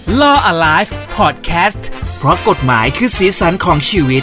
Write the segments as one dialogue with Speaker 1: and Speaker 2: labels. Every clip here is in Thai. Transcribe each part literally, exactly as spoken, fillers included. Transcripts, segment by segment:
Speaker 1: Law Alive Podcast เพราะกฎหมายคือสีสันของชีวิต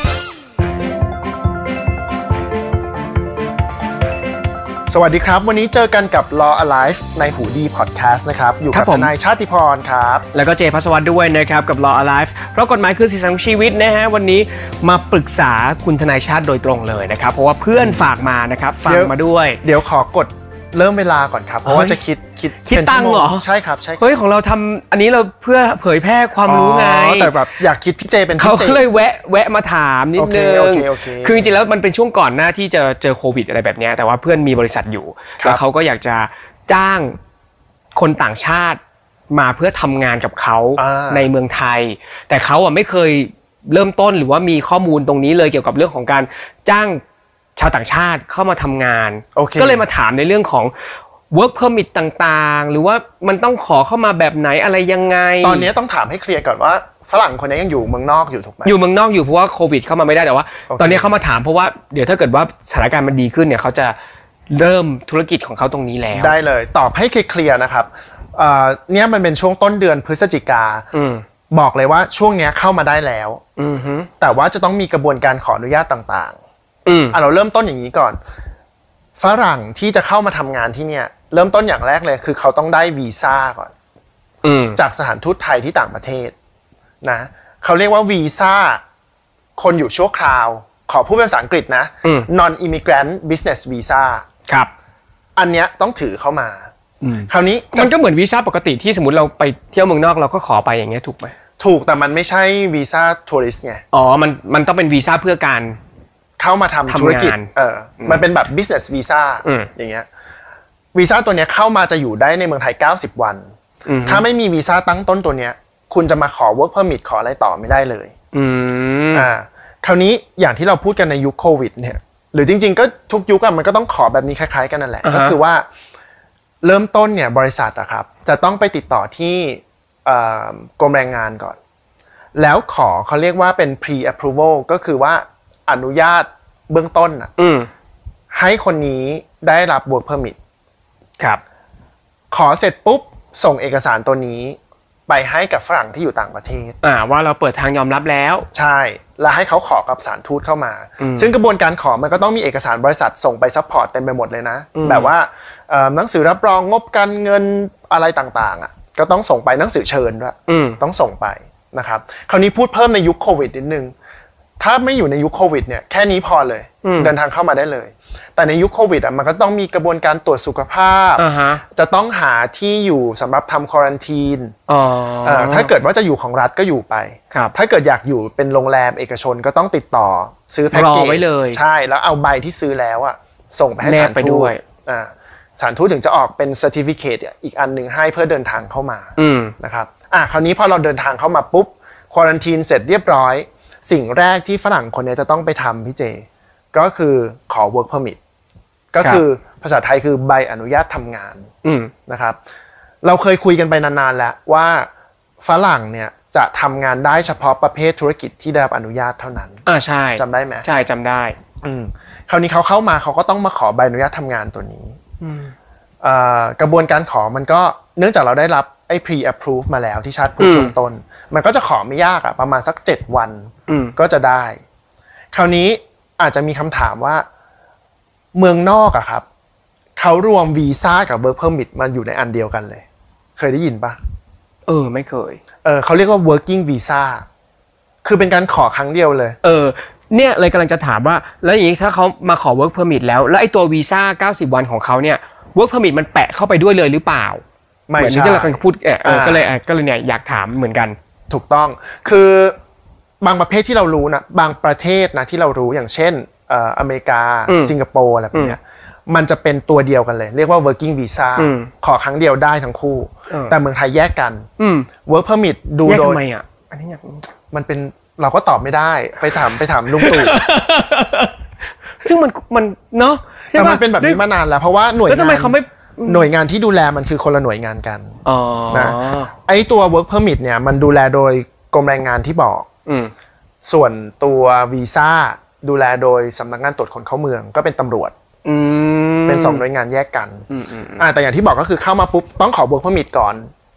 Speaker 2: สวัสดีครับวันนี้เจอกันกับ Law Alive ในหูดี Podcast นะครับอยู่กับทนายชาติพรครับ
Speaker 3: แล้วก็เจภัสวัฒน์ด้วยนะครับกับ Law Alive เพราะกฎหมายคือสีสันของชีวิตนะฮะวันนี้มาปรึกษาคุณทนายชาติโดยตรงเลยนะครับเพราะว่าเพื่อนฝากมานะครับฝากมาด้วย
Speaker 2: เดี๋ยวขอกดเริ่มเวลาก่อนครับเพราะว่าจะคิดคิด
Speaker 3: คิดตั้งเหรอ
Speaker 2: ใช่ครับใช่
Speaker 3: เฮ้ยของเราทำอันนี้เราเพื่อเผยแพร่ความรู้ไง
Speaker 2: แต่แบบอยากคิดพี่เจเป็นพิเศษ
Speaker 3: เขาก็เลยแวะแวะมาถามนิดนึงคือจริงๆแล้วมันเป็นช่วงก่อนหน้าที่จะเจอโควิดอะไรแบบนี้แต่ว่าเพื่อนมีบริษัทอยู่แล้วเขาก็อยากจะจ้างคนต่างชาติมาเพื่อทำงานกับเขาในเมืองไทยแต่เขาอ่ะไม่เคยเริ่มต้นหรือว่ามีข้อมูลตรงนี้เลยเกี่ยวกับเรื่องของการจ้างชาวต่างชาติเข้ามาทำงานก็เลยมาถามในเรื่องของwork permit ต่างๆหรือว่ามันต้องขอเข้ามาแบบไหนอะไรยังไง
Speaker 2: ตอนนี้ต้องถามให้เคลียร์ก่อนว่าฝรั่งคนนี้ยังอยู่เมืองนอกอยู่ถูกไหม
Speaker 3: อยู่เมืองนอกอยู่เพราะว่าโควิดเข้ามาไม่ได้แต่ว่า okay. ตอนนี้เข้ามาถามเพราะว่าเดี๋ยวถ้าเกิดว่าสถานการณ์มันดีขึ้นเนี่ยเขาจะเริ่มธุรกิจของเขาตรงนี้แล้ว
Speaker 2: ได้เลยตอบให้เคลียร์นะครับเนี่ยมันเป็นช่วงต้นเดือนพฤศจิกาบอกเลยว่าช่วงนี้เข้ามาได้แล้วแต่ว่าจะต้องมีกระบวนการขออนุญาตต่างๆอ่ะเราเริ่มต้นอย่างนี้ก่อนฝรั่งที่จะเข้ามาทำงานที่เนี่ยเริ่มต้นอย่างแรกเลยคือเขาต้องได้วีซ่าก่อนจากสถานทูตไทยที่ต่างประเทศนะเขาเรียกว่าวีซ่าคนอยู่ชั่วคราวขอพูดเป็นภาษาอังกฤษนะ non immigrant business visa
Speaker 3: ครับ
Speaker 2: อันเนี้ยต้องถือเข้ามาคราวนี้
Speaker 3: มันก็เหมือนวีซ่าปกติที่สมมติเราไปเที่ยวเมืองนอกเราก็ขอไปอย่างเงี้ยถูกไหม
Speaker 2: ถูกแต่มันไม่ใช่วีซ่าทัวริสต์ไง
Speaker 3: อ๋อมันมันต้องเป็นวีซ่าเพื่อการ
Speaker 2: เข้ามาทำธุรกิจเออมันเป็นแบบ business visa อย่างเงี้ยวีซ่าตัวเนี้ยเข้ามาจะอยู่ได้ในเมืองไทยเก้าสิบวันถ้าไม่มีวีซ่าตั้งต้นตัวเนี้ยคุณจะมาขอ work permit ขออะไรต่อไม่ได้เลยอ่าคราวนี้อย่างที่เราพูดกันในยุคโควิดเนี่ยหรือจริงๆก็ทุกยุคอะมันก็ต้องขอแบบนี้คล้ายๆกันนั่นแหละก็คือว่าเริ่มต้นเนี่ยบริษัทอะครับจะต้องไปติดต่อที่กรมแรงงานก่อนแล้วขอเขาเรียกว่าเป็น pre approval ก็คือว่าอนุญาตเบื้องต้นอะให้คนนี้ได้รับ work permit
Speaker 3: ครับ
Speaker 2: ขอเสร็จปุ๊บส่งเอกสารตัวนี้ไปให้กับฝรั่งที่อยู่ต่างประเทศ
Speaker 3: อ่าว่าเราเปิดทางยอมรับแล้ว
Speaker 2: ใช่แล้วให้เขาขอกับสถานทูตเข้ามาซึ่งกระบวนการขอมันก็ต้องมีเอกสารบริษัทส่งไปซัพพอร์ตเต็มไปหมดเลยนะแบบว่าหนังสือรับรองงบการเงินอะไรต่างๆอ่ะก็ต้องส่งไปหนังสือเชิญด้วยต้องส่งไปนะครับคราวนี้พูดเพิ่มในยุคโควิดนิดนึงถ้าไม่อยู่ในยุคโควิดเนี่ยแค่นี้พอเลยเดินทางเข้ามาได้เลยแต่ในยุคโควิดอ่ะมันก็ต้องมีกระบวนการตรวจสุขภาพ uh-huh. จะต้องหาที่อยู่สำหรับทำควอรันทีน uh-huh. ถ้าเกิดว่าจะอยู่ของรัฐก็อยู่ไปถ้าเกิดอยากอยู่เป็นโรงแรมเอกชนก็ต้องติดต่อซื้อแพ็คเกจใช่แล้วเอาใบที่ซื้อแล้วอ่ะส่งไปให้สถานทูตสถานทูตถึงจะออกเป็น certificate อีกอันหนึ่งให้เพื่อเดินทางเข้ามานะครับอ่ะคราวนี้พอเราเดินทางเข้ามาปุ๊บควอรันทีนเสร็จเรียบร้อยสิ่งแรกที่ฝรั่งคนนี้จะต้องไปทำพี่เจก็คือขอ work permit ก็คือภาษาไทยคือใบอนุญาตทำงานนะครับเราเคยคุยกันไปนานๆแล้วว่าฝรั่งเนี่ยจะทำงานได้เฉพาะประเภทธุรกิจที่ได้รับอนุญาตเท่านั้น
Speaker 3: อ่าใช่
Speaker 2: จำได้ไหม
Speaker 3: ใช่จำได้
Speaker 2: อืมคราวนี้เขาเข้ามาเขาก็ต้องมาขอใบอนุญาตทำงานตัวนี้อ่ากระบวนการขอมันก็เนื่องจากเราได้รับไอ้ pre approve มาแล้วที่ชาติพูดช่วงต้นมันก็จะขอไม่ยากอะประมาณสักเจ็ดวันก็จะได้คราวนี้อาจจะมีคำถามว่าเมืองนอกอะครับเขารวมวีซ่ากับ work permit มาอยู่ในอันเดียวกันเลยเคยได้ยินปะ
Speaker 3: เออไม่เคย
Speaker 2: เออเขาเรียกว่า working visa คือเป็นการขอครั้งเดียวเลย
Speaker 3: เออเนี่ยเลยกำลังจะถามว่าแล้วอย่างนี้ถ้าเขามาขอ work permit แล้วแล้วไอ้ตัววีซ่าเก้าสิบวันของเขาเนี่ย work permit มันแปะเข้าไปด้วยเลยหรือเปล่า
Speaker 2: ไม่ใช่
Speaker 3: เหมือนที่เราเคยพูดเออก็เลยก็เลยเนี่ยอยากถามเหมือนกัน
Speaker 2: ถูกต้องคือบางประเภทที่เรารู้นะบางประเทศนะที่เรารู้อย่างเช่นเอ่ออเมริกาสิงคโปร์อะไรแบบเนี้ยมันจะเป็นตัวเดียวกันเลยเรียกว่า working visa ขอครั้งเดียวได้ทั้งคู่แต่เมืองไทยแยกกัน work permit ดูโดย
Speaker 3: แยกทำไมอ่ะอันนี้อยาก
Speaker 2: มันเป็นเราก็ตอบไม่ได้ไปถามไปถามลุงตู่
Speaker 3: ซึ่งมันมันเนาะ
Speaker 2: แต่มันเป็นแบบนี้มานานแล้วเพราะว่าหน่วยงาน
Speaker 3: แล้วทำไมเขาไม่
Speaker 2: หน่วยงานที่ดูแลมันคือคนละหน่วยงานกันนะไอ้ตัว work permit เนี่ยมันดูแลโดยกรมแรงงานที่บอกส่วนตัววีซ่าดูแลโดยสำนักงานตรวจคนเข้าเมืองก็เป็นตำรวจเป็นสองหน่วยงานแยกกันแต่อย่างที่บอกก็คือเข้ามาปุ๊บต้องขอ work permit ก่อน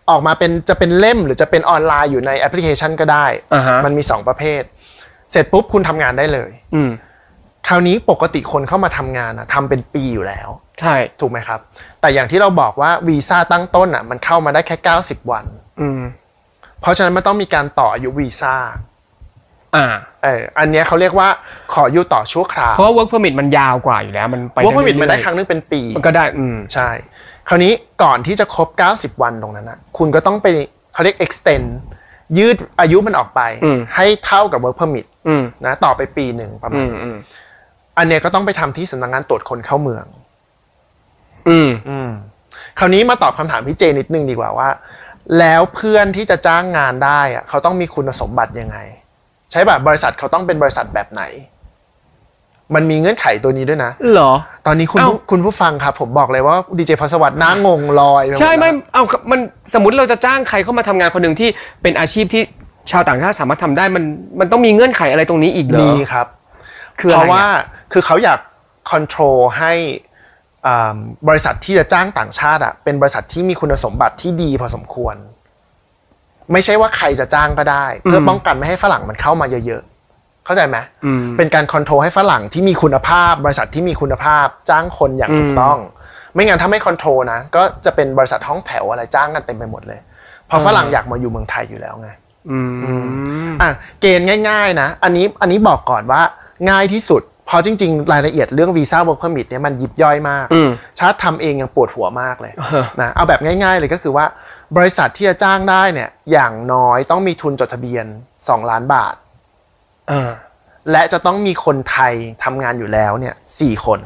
Speaker 2: ออกมาเป็นจะเป็นเล่มหรือจะเป็นออนไลน์อยู่ในแอปพลิเคชันก็ได้
Speaker 3: uh-huh.
Speaker 2: มันมีสองประเภทเสร็จปุ๊บคุณทำงานได้เลยคราวนี้ปกติคนเข้ามาทำงานอะทำเป็นปีอยู่แล้ว
Speaker 3: ใช่
Speaker 2: ถูกไหมครับแต่อย่างที่เราบอกว่าวีซ่าตั้งต้นอะมันเข้ามาได้แค่เก้าสิบวันเพราะฉะนั้นมันต้องมีการต่ออายุวีซ่า
Speaker 3: อ่า
Speaker 2: เอออันนี้เขาเรียกว่าขออยู่ต่อชั่วคราว
Speaker 3: เพราะ work permit มันยาวกว่าอยู่แล้วมันไป
Speaker 2: work permit มันได้ครั้งนึงเป็นปี
Speaker 3: มันก็ได้อืม
Speaker 2: ใช่คราวนี้ก่อนที่จะครบเก้าสิบวันตรงนั้นนะคุณก็ต้องไปเขาเรียก extend ยืดอายุมันออกไปให้เท่ากับ work permit นะต่อไปปีหนึ่งประมาณอันเนี้ยก็ต้องไปทำที่สำนักงานตรวจคนเข้าเมือง
Speaker 3: อืม
Speaker 2: อืมคราวนี้มาตอบคำถามพี่เจนิดนึงดีกว่าว่าแล้วเพื่อนที่จะจ้างงานได้อะเขาต้องมีคุณสมบัติยังไงใช่ป่ะบริษัทเขาต้องเป็นบริษัทแบบไหนมันมีเงื่อนไขตัวนี้ด้วยนะ
Speaker 3: เหรอ
Speaker 2: ตอนนี้คุณคุณผู้ฟังครับผมบอกเลยว่าดีเจพัสวัสดิ์หน้างงลอย
Speaker 3: ใช่ไม่เอามันสมมติเราจะจ้างใครเข้ามาทำงานคนหนึ่งที่เป็นอาชีพที่ชาวต่างชาติสามารถทำได้มันมันต้องมีเงื่อนไขอะไรตรงนี้อีกเหรอ
Speaker 2: มีครับคือเพราะว่าคือเขาอยากคอนโทรลให้บริษัทที่จะจ้างต่างชาติอ่ะเป็นบริษัทที่มีคุณสมบัติที่ดีพอสมควรไม่ใช่ว่าใครจะจ้างก็ได้เพื่อป้องกันไม่ให้ฝรั่งมันเข้ามาเยอะๆเข้าใจไหมเป็นการคอนโทรลให้ฝรั่งที่มีคุณภาพบริษัทที่มีคุณภาพจ้างคนอย่างถูกต้องไม่งั้นถ้าไม่คอนโทรลนะก็จะเป็นบริษัทห้องแถวอะไรจ้างกันเต็มไปหมดเลยเพราะฝรั่งอยากมาอยู่เมืองไทยอยู่แล้วไงอ่ะเกณฑ์ง่ายๆนะอันนี้อันนี้บอกก่อนว่าง่ายที่สุดเพราะจริงๆรายละเอียดเรื่องวีซ่า work permit เนี่ยมันยิบย่อยมากชาติทำเองยังปวดหัวมากเลยนะเอาแบบง่ายๆเลยก็คือว่าบริษัทที่จะจ้างได้เนี่ยอย่างน้อยต้องมีทุนจดทะเบียนสองล้านบาทและจะต้องมีคนไทยทำงานอยู่แล้วเนี่ยสี่คน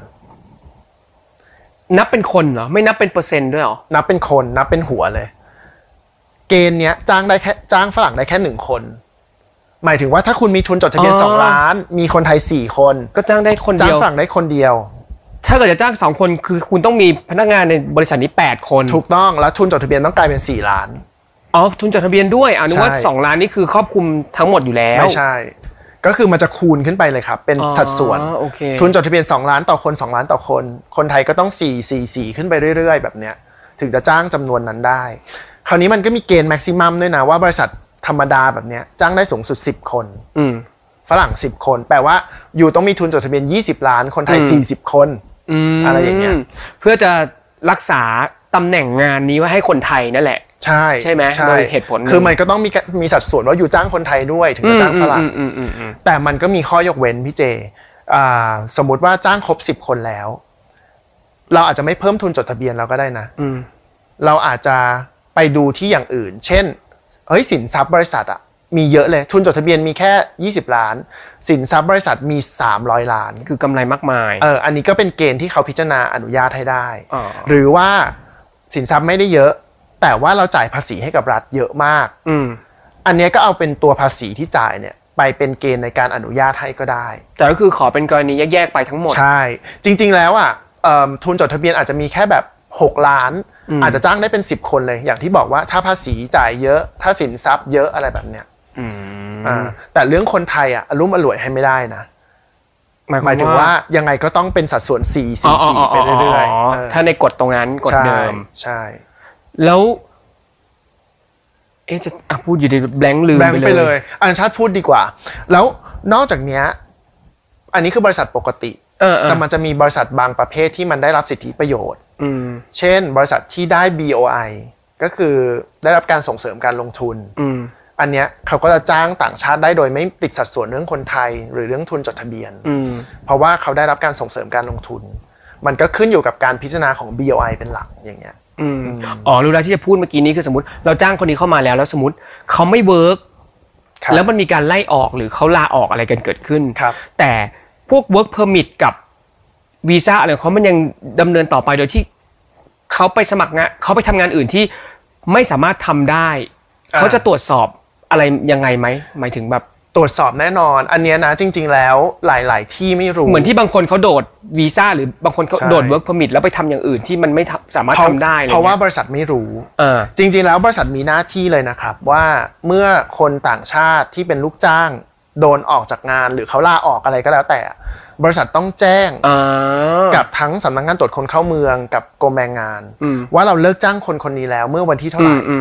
Speaker 3: นับเป็นคนเหรอไม่นับเป็นเปอร์เซ็นต์ด้วยเหรอ
Speaker 2: นับเป็นคนนับเป็นหัวเลยเกณฑ์เนี้ยจ้างได้แค่จ้างฝรั่งได้แค่หนึ่งคนหมายถึงว่าถ้าคุณมีทุนจดทะเบียนสองล้านมีคนไทยสี่คน
Speaker 3: ก็จ้างได้คนเดียว
Speaker 2: จ้างฝรั่งได้คนเดียว
Speaker 3: ถ้าเกิดจะจ้างสองคนคือคุณต้องมีพนักงานในบริษัทนี้แปดคน
Speaker 2: ถูกต้องแล้วทุนจดทะเบียนต้องกลายเป็นสี่ล้าน
Speaker 3: อ๋อทุนจดทะเบียนด้วยอ่ะนึกว่าสองล้านนี่คือครอบคลุมทั้งหมดอยู่แล้ว
Speaker 2: ไม่ใช่ก็คือมันจะคูณขึ้นไปเลยครับเป็นสัดส่วนทุนจดทะเบียนสองล้านต่อคนสองล้านต่อคนคนไทยก็ต้องสี่ สี่ สี่ขึ้นไปเรื่อยๆแบบเนี้ยถึงจะจ้างจำนวนนั้นได้คราวนี้มันก็มีเกณฑ์แม็กซิมัมด้วยนะว่าบริษัทธรรมดาแบบเนี้ยจ้างได้สูงสุดสิบคนฝรั่งสิบคนแปลว่าอยู่ต้องมีทุนจดทะเบียนยี่สิบล้านคนไทยสี่สิบคนอะไรอย่างเงี้ย
Speaker 3: เพื่อจะรักษาตำแหน่งงานนี้ไว้ให้คนไทยนั่นแหละ
Speaker 2: ใช่
Speaker 3: ใช่ไหมโดยเหตุผล
Speaker 2: คือมันก็ต้องมีมีสัดส่วนว่าอยู่จ้างคนไทยด้วยถึงจะจ้างฝรั่งแต่มันก็มีข้อยกเว้นพี่เจสมมุติว่าจ้างครบสิบคนแล้วเราอาจจะไม่เพิ่มทุนจดทะเบียนเราก็ได้นะเราอาจจะไปดูที่อย่างอื่นเช่นเฮ้ยสินทรัพย์บริษัทอ่ะมีเยอะเลยทุนจดทะเบียนมีแค่ยี่สิบล้านสินทรัพย์บริษัทมีสามร้อยล้าน
Speaker 3: คือกำไรมากมาย
Speaker 2: เอออันนี้ก็เป็นเกณฑ์ที่เขาพิจารณาอนุญาตให้ได้หรือว่าสินทรัพย์ไม่ได้เยอะแต่ว่าเราจ่ายภาษีให้กับรัฐเยอะมากอันนี้ก็เอาเป็นตัวภาษีที่จ่ายเนี่ยไปเป็นเกณฑ์ในการอนุญาตให้ก็ได้
Speaker 3: แต่ก็คือขอเป็นกรณีแยกๆไปทั้งหมด
Speaker 2: ใช่จริงๆแล้วอ่ะทุนจดทะเบียนอาจจะมีแค่แบบหกล้านอาจจะจ้างได้เป็นสิบคนเลยอย่างที่บอกว่าถ้าภาษีจ่ายเยอะถ้าสินทรัพย์เยอะอะไรแบบเนี้ยอ่าแต่เรื่องคนไทยอ่ะอารมณ์อร่วยให้ไม่ได้นะหมายถึงว่ายังไงก็ต้องเป็นสัดส่วนสี่ สี่ สี่ไปเรื่อย
Speaker 3: ๆถ้าในกฎตรงนั้นกฎเดิม
Speaker 2: ใช่
Speaker 3: แล้วเอ๊ะจะอ่ะพูดอยู่ในแบงค์ลืม
Speaker 2: ไปเลยอันชาติพูดดีกว่าแล้วนอกจากเนี้ยอันนี้คือบริษัทปกติแต่มันจะมีบริษัทบางประเภทที่มันได้รับสิทธิประโยชน์เช่นบริษัทที่ได้ บี โอ ไอ ก็คือได้รับการส่งเสริมการลงทุนอันเนี้ยเขาก็จะจ้างต่างชาติได้โดยไม่ติดสัดส่วนเรื่องคนไทยหรือเรื่องทุนจดทะเบียนเพราะว่าเขาได้รับการส่งเสริมการลงทุนมันก็ขึ้นอยู่กับการพิจารณาของ บี โอ ไอ เป็นหลักอย่างเงี้ย
Speaker 3: อ๋อรู้แล้วที่จะพูดเมื่อกี้นี้คือสมมติเราจ้างคนนี้เข้ามาแล้วแล้วสมมติเขาไม่เวิร์กแล้วมันมีการไล่ออกหรือเขาลาออกอะไรกันเกิดขึ้นแต่พวก work permit กับวีซ่าอะไรเขามันยังดำเนินต่อไปโดยที่เขาไปสมัครงานเขาไปทำงานอื่นที่ไม่สามารถทำได้เขาจะตรวจสอบอะไรยังไงไหมหมายถึงแบบ
Speaker 2: ตรวจสอบแน่นอนอันนี้นะจริงๆแล้วหลายๆที่ไม่รู้
Speaker 3: เหมือนที่บางคนเขาโดดวีซ่าหรือบางคนเขาโดด work permit แล้วไปทำอย่างอื่นที่มันไม่สามารถทำได้
Speaker 2: เพราะว่าบริษัทไม่รู้จริงๆแล้วบริษัทมีหน้าที่เลยนะครับว่าเมื่อคนต่างชาติที่เป็นลูกจ้างโดนออกจากงานหรือเขาลาออกอะไรก็แล้วแต่บริษัทต้องแจ้งกับทั้งสำนักงานตรวจคนเข้าเมืองกับกรมแรงงานว่าเราเลิกจ้างคนคนนี้แล้วเมื่อวันที่เท่าไหร่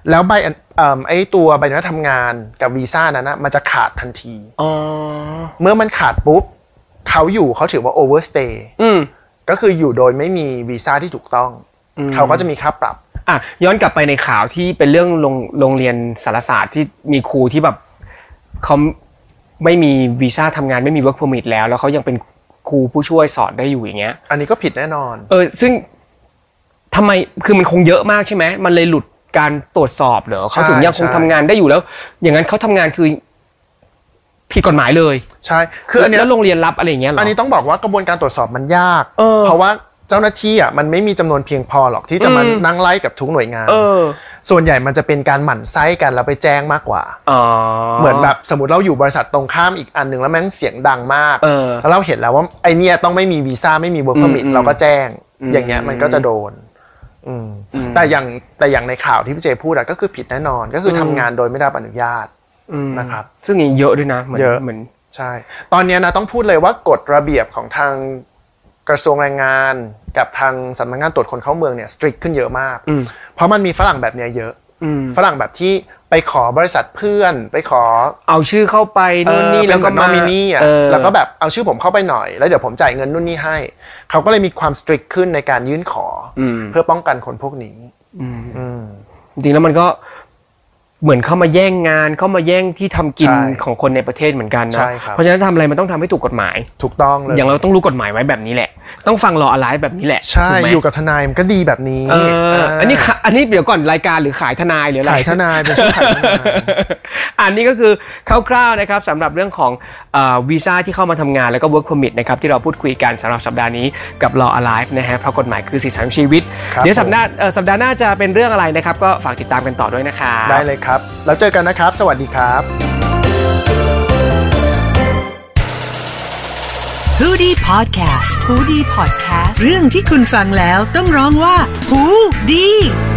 Speaker 2: แล้วใบเอ่อไอ้ตัวใบอนุญาตทำงานกับวีซ่านั้นนะมันจะขาดทันทีอ๋อเมื่อมันขาดปุ๊บเขาอยู่เขาถือว่า overstay อืมก็คืออยู่โดยไม่มีวีซ่าที่ถูกต้องเขาก็จะมีค่าปรับ
Speaker 3: อ่ะย้อนกลับไปในข่าวที่เป็นเรื่องโรงโรงเรียนสารศาสตร์ที่มีครูที่แบบเขาไม่มีวีซ่าทำงานไม่มี work permit แล้วแล้วเขายังเป็นครูผู้ช่วยสอนได้อยู่อย่างเงี้ย
Speaker 2: อันนี้ก็ผิดแน่นอน
Speaker 3: เออซึ่งทำไมคือมันคงเยอะมากใช่ไหมมันเลยหลุดการตรวจสอบเหรอเขาถึงยังคงทำงานได้อยู่แล้วอย่างนั้นเขาทำงานคือผิดกฎหมายเลย
Speaker 2: ใช่คืออันนี้
Speaker 3: แล้วโรงเรียนรับอะไรอย่างเงี้ยหรอ
Speaker 2: อันนี้ต้องบอกว่ากระบวนการตรวจสอบมันยากเพราะว่าเจ้าหน้าที่อ่ะมันไม่มีจำนวนเพียงพอหรอกที่จะมานั่งไล่กับทุกหน่วยงานส่วนใหญ่มันจะเป็นการหมั่นไส้กันแล้วไปแจ้งมากกว่าเหมือนแบบสมมติเราอยู่บริษัทตรงข้ามอีกอันหนึ่งแล้วแม่งเสียงดังมากแล้วเราเห็นแล้วว่าไอเนี้ยต้องไม่มีวีซ่าไม่มี work permit เราก็แจ้งอย่างเงี้ยมันก็จะโดนแต่อย่างแต่อย่างในข่าวที่พี่เจพูดอะก็คือผิดแน่นอนก็คือทำงานโดยไม่ได้รับอนุญาตนะครับ
Speaker 3: ซึ่งเยอะด้วยนะ
Speaker 2: เยอะเหมือนใช่ตอนนี้นะต้องพูดเลยว่ากฎระเบียบของทางกระทรวงแรงงานกับทางสำนักงานตรวจคนเข้าเมืองเนี่ย strict ขึ้นเยอะมากเพราะมันมีฝรั่งแบบเนี้ยเยอะฝรั่งแบบที่ไปขอบริษัทเพื่อนไปขอ
Speaker 3: เอาชื่อเข้าไปนู่นนี่แล้วก็
Speaker 2: นอมินีอ่ะแล้วก็แบบเอาชื่อผมเข้าไปหน่อยแล้วเดี๋ยวผมจ่ายเงินนู่นนี่ให้เขาก็เลยมีความ strict ขึ้นในการยื่นขอเพื่อป้องกันคนพวกนี้
Speaker 3: จริงๆแล้วมันก็เหมือนเข้ามาแย่งงานเข้ามาแย่งที่ทำกินของคนในประเทศเหมือนกันเนาะเพราะฉะนั้นทำอะไรมันต้องทำให้ถูกกฎหมาย
Speaker 2: ถูกต้องเลย
Speaker 3: อย่างเราต้องรู้กฎหมายไว้แบบนี้แหละต้องฟัง law alive แบบนี้แหละ
Speaker 2: ใช่อยู่กับทนายมันก็ดีแบบนี้
Speaker 3: อันนี้อันนี้เดี๋ยวก่อนรายการหรือขายทนายหรืออะไร
Speaker 2: ขายทนายเป็นชื่อขายทนาย
Speaker 3: อันนี้ก็คือคร่าวๆนะครับสำหรับเรื่องของวีซ่าที่เข้ามาทำงานแล้วก็ work permit นะครับที่เราพูดคุยกันสำหรับสัปดาห์นี้กับ law alive นะฮะเพราะกฎหมายคือสีสันชีวิตเดี๋ยวสัปดาห์สัปดาห์หน้าจะเป็นเรื่องอะไรนะครับก็ฝากติดตามกันต่อด้วยนะครับ
Speaker 2: ได้เลยครับแล้วเจอกันนะครับสวัสดีครับ
Speaker 1: ฮูดี้พอดแคสต์ฮูดี้พอดแคสต์เรื่องที่คุณฟังแล้วต้องร้องว่าฮูดี้